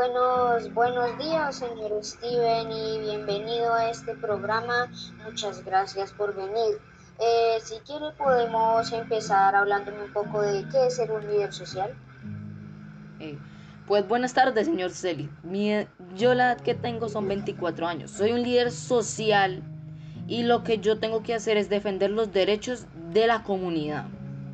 Buenos días, señor Steven, y bienvenido a este programa. Muchas gracias por venir. Si quiere, podemos empezar hablándome un poco de qué es ser un líder social. Eh, pues buenas tardes, señor Celi. Yo la edad que tengo son 24 años. Soy un líder social y lo que yo tengo que hacer es defender los derechos de la comunidad.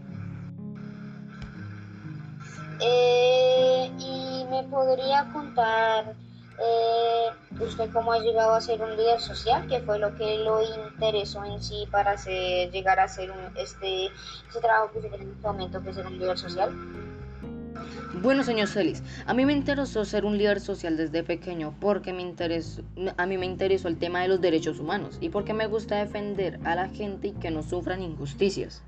Y me podría contar usted cómo ha llegado a ser un líder social, qué fue lo que lo interesó en sí para llegar a ser ese trabajo que usted tiene en este momento, que es ser un líder social. Bueno, señor Celis, a mí me interesó ser un líder social desde pequeño porque a mí me interesó el tema de los derechos humanos y porque me gusta defender a la gente y que no sufran injusticias.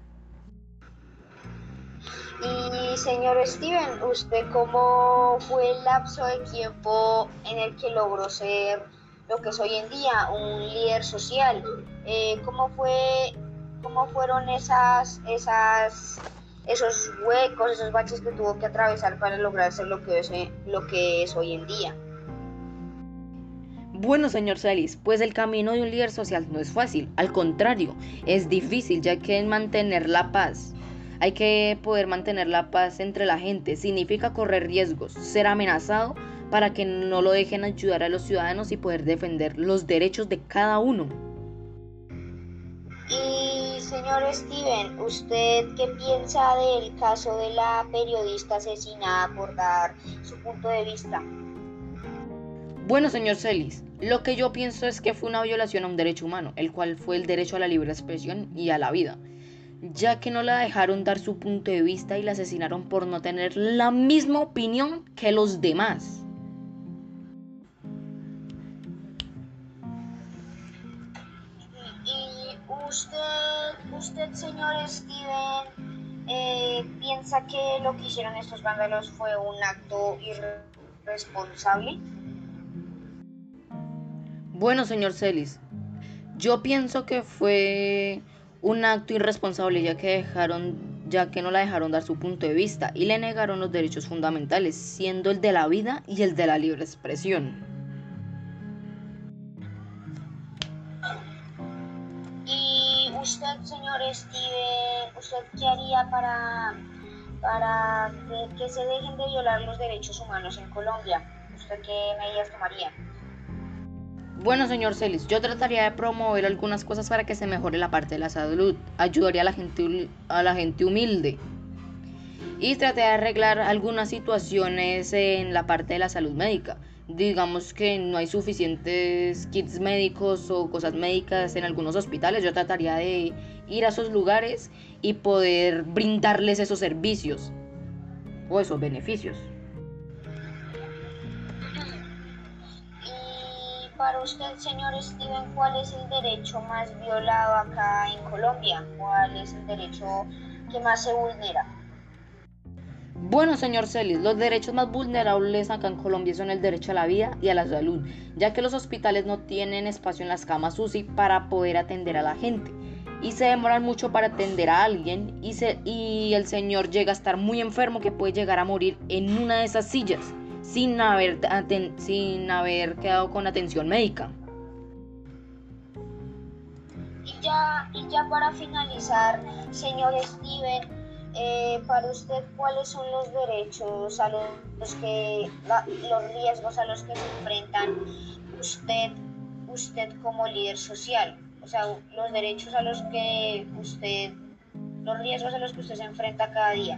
Y señor Steven, ¿usted cómo fue el lapso de tiempo en el que logró ser lo que es hoy en día, un líder social? ¿Cómo fue, cómo fueron esos huecos, esos baches que tuvo que atravesar para lograr ser lo que es hoy en día? Bueno, señor Celis, pues el camino de un líder social no es fácil, al contrario, es difícil ya que mantener la paz. Hay que poder mantener la paz entre la gente, significa correr riesgos, ser amenazado para que no lo dejen ayudar a los ciudadanos y poder defender los derechos de cada uno. Y señor Steven, ¿usted qué piensa del caso de la periodista asesinada por dar su punto de vista? Bueno, señor Celis, lo que yo pienso es que fue una violación a un derecho humano, el cual fue el derecho a la libre expresión y a la vida, ya que no la dejaron dar su punto de vista y la asesinaron por no tener la misma opinión que los demás. Y usted, señor Steven, piensa que lo que hicieron estos vándalos fue un acto irresponsable. Bueno, señor Celis, yo pienso que fue un acto irresponsable ya que no la dejaron dar su punto de vista y le negaron los derechos fundamentales, siendo el de la vida y el de la libre expresión. Y usted, señor Steven, ¿usted qué haría para que se dejen de violar los derechos humanos en Colombia? ¿Usted qué medidas tomaría? Bueno, señor Celis, yo trataría de promover algunas cosas para que se mejore la parte de la salud, ayudaría a la gente humilde y traté de arreglar algunas situaciones en la parte de la salud médica. Digamos que no hay suficientes kits médicos o cosas médicas en algunos hospitales. Yo trataría de ir a esos lugares y poder brindarles esos servicios o esos beneficios. Y para usted, señor Steven, ¿cuál es el derecho más violado acá en Colombia? ¿Cuál es el derecho que más se vulnera? Bueno, señor Celis, los derechos más vulnerables acá en Colombia son el derecho a la vida y a la salud, ya que los hospitales no tienen espacio en las camas UCI para poder atender a la gente y se demoran mucho para atender a alguien y el señor llega a estar muy enfermo que puede llegar a morir en una de esas sillas sin haber quedado con atención médica. Y ya para finalizar, señor Steven, para usted, ¿cuáles son los derechos a los riesgos a los que se enfrentan usted, usted como líder social? O sea, los derechos los riesgos a los que usted se enfrenta cada día.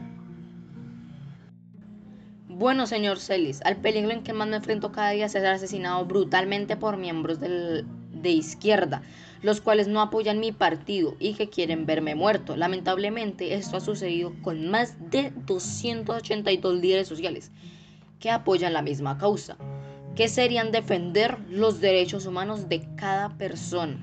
Bueno, señor Celis, al peligro en que más me enfrento cada día es ser asesinado brutalmente por miembros de izquierda, los cuales no apoyan mi partido y que quieren verme muerto. Lamentablemente, esto ha sucedido con más de 282 líderes sociales que apoyan la misma causa, que serían defender los derechos humanos de cada persona.